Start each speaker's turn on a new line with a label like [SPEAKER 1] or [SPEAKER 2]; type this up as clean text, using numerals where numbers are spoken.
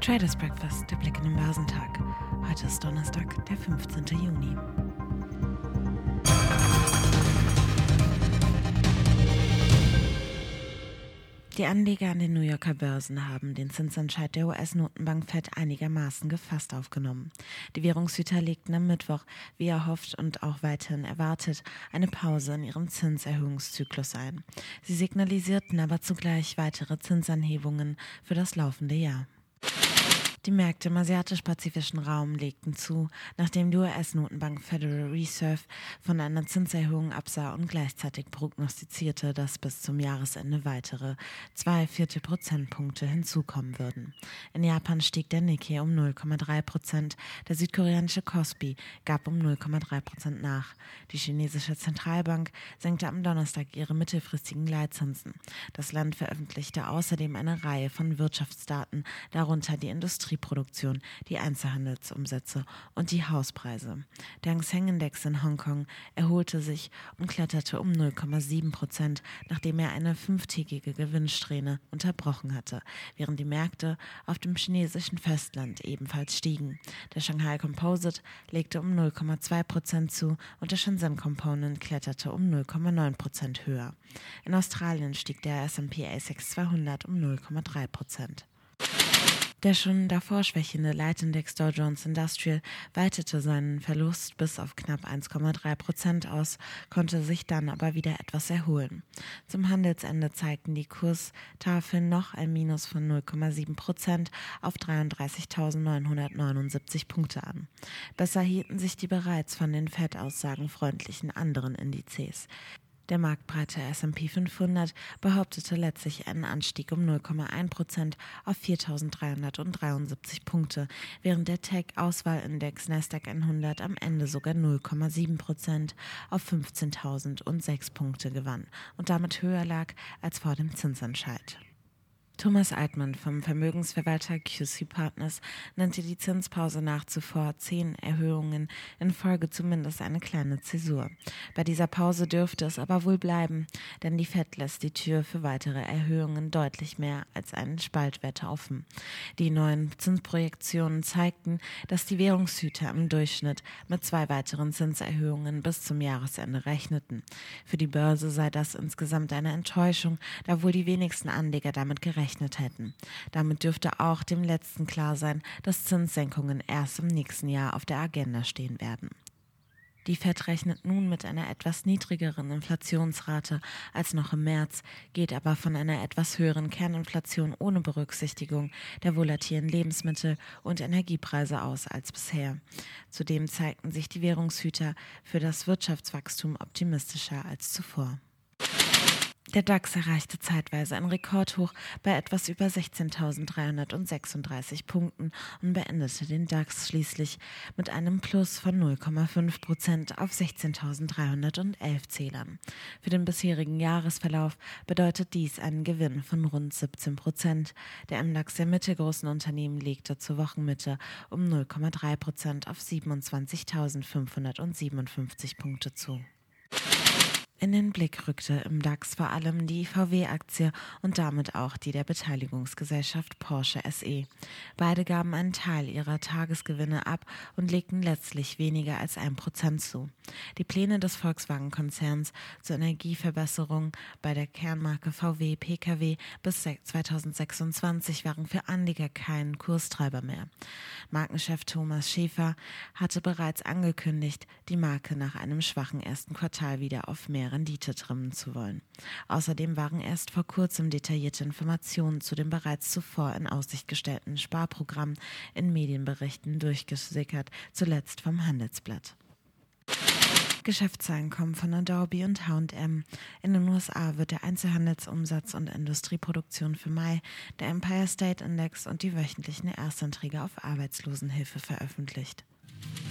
[SPEAKER 1] Traders Breakfast, der Blick in den Börsentag. Heute ist Donnerstag, der 15. Juni. Die Anleger an den New Yorker Börsen haben den Zinsentscheid der US-Notenbank Fed einigermaßen gefasst aufgenommen. Die Währungshüter legten am Mittwoch, wie erhofft und auch weiterhin erwartet, eine Pause in ihrem Zinserhöhungszyklus ein. Sie signalisierten aber zugleich weitere Zinsanhebungen für das laufende Jahr. Die Märkte im asiatisch-pazifischen Raum legten zu, nachdem die US-Notenbank Federal Reserve von einer Zinserhöhung absah und gleichzeitig prognostizierte, dass bis zum Jahresende weitere 2/4 Prozentpunkte hinzukommen würden. In Japan stieg der Nikkei um 0,3%, der südkoreanische Kospi gab um 0,3% nach. Die chinesische Zentralbank senkte am Donnerstag ihre mittelfristigen Leitzinsen. Das Land veröffentlichte außerdem eine Reihe von Wirtschaftsdaten, darunter die Industrieproduktion, die Einzelhandelsumsätze und die Hauspreise. Der Hang Seng Index in Hongkong erholte sich und kletterte um 0,7%, nachdem er eine 5-tägige Gewinnsträhne unterbrochen hatte, während die Märkte auf dem chinesischen Festland ebenfalls stiegen. Der Shanghai Composite legte um 0,2% zu und der Shenzhen Component kletterte um 0,9% höher. In Australien stieg der S&P ASX 200 um 0,3%. Der schon davor schwächende Leitindex Dow Jones Industrial weitete seinen Verlust bis auf knapp 1,3% aus, konnte sich dann aber wieder etwas erholen. Zum Handelsende zeigten die Kurstafeln noch ein Minus von 0,7% auf 33.979 Punkte an. Besser hielten sich die bereits von den Fed-Aussagen freundlichen anderen Indizes. Der marktbreite S&P 500 behauptete letztlich einen Anstieg um 0,1% auf 4.373 Punkte, während der Tech-Auswahlindex Nasdaq 100 am Ende sogar 0,7% auf 15.006 Punkte gewann und damit höher lag als vor dem Zinsentscheid. Thomas Altmann vom Vermögensverwalter QC Partners nannte die Zinspause nach zuvor 10 Erhöhungen in Folge zumindest eine kleine Zäsur. Bei dieser Pause dürfte es aber wohl bleiben, denn die Fed lässt die Tür für weitere Erhöhungen deutlich mehr als einen Spaltwert offen. Die neuen Zinsprojektionen zeigten, dass die Währungshüter im Durchschnitt mit 2 weiteren Zinserhöhungen bis zum Jahresende rechneten. Für die Börse sei das insgesamt eine Enttäuschung, da wohl die wenigsten Anleger damit gerechnet hätten. Damit dürfte auch dem Letzten klar sein, dass Zinssenkungen erst im nächsten Jahr auf der Agenda stehen werden. Die Fed rechnet nun mit einer etwas niedrigeren Inflationsrate als noch im März, geht aber von einer etwas höheren Kerninflation ohne Berücksichtigung der volatilen Lebensmittel- und Energiepreise aus als bisher. Zudem zeigten sich die Währungshüter für das Wirtschaftswachstum optimistischer als zuvor. Der DAX erreichte zeitweise ein Rekordhoch bei etwas über 16.336 Punkten und beendete den DAX schließlich mit einem Plus von 0,5% auf 16.311 Zählern. Für den bisherigen Jahresverlauf bedeutet dies einen Gewinn von rund 17%. Der MDAX der mittelgroßen Unternehmen legte zur Wochenmitte um 0,3% auf 27.557 Punkte zu. In den Blick rückte im DAX vor allem die VW-Aktie und damit auch die der Beteiligungsgesellschaft Porsche SE. Beide gaben einen Teil ihrer Tagesgewinne ab und legten letztlich weniger als 1% zu. Die Pläne des Volkswagen-Konzerns zur Energieverbesserung bei der Kernmarke VW Pkw bis 2026 waren für Anleger kein Kurstreiber mehr. Markenchef Thomas Schäfer hatte bereits angekündigt, die Marke nach einem schwachen ersten Quartal wieder auf mehr Rendite trimmen zu wollen. Außerdem waren erst vor kurzem detaillierte Informationen zu dem bereits zuvor in Aussicht gestellten Sparprogramm in Medienberichten durchgesickert, zuletzt vom Handelsblatt. Geschäftszahlen kommen von Adobe und H&M. In den USA wird der Einzelhandelsumsatz und Industrieproduktion für Mai, der Empire State Index und die wöchentlichen Erstanträge auf Arbeitslosenhilfe veröffentlicht.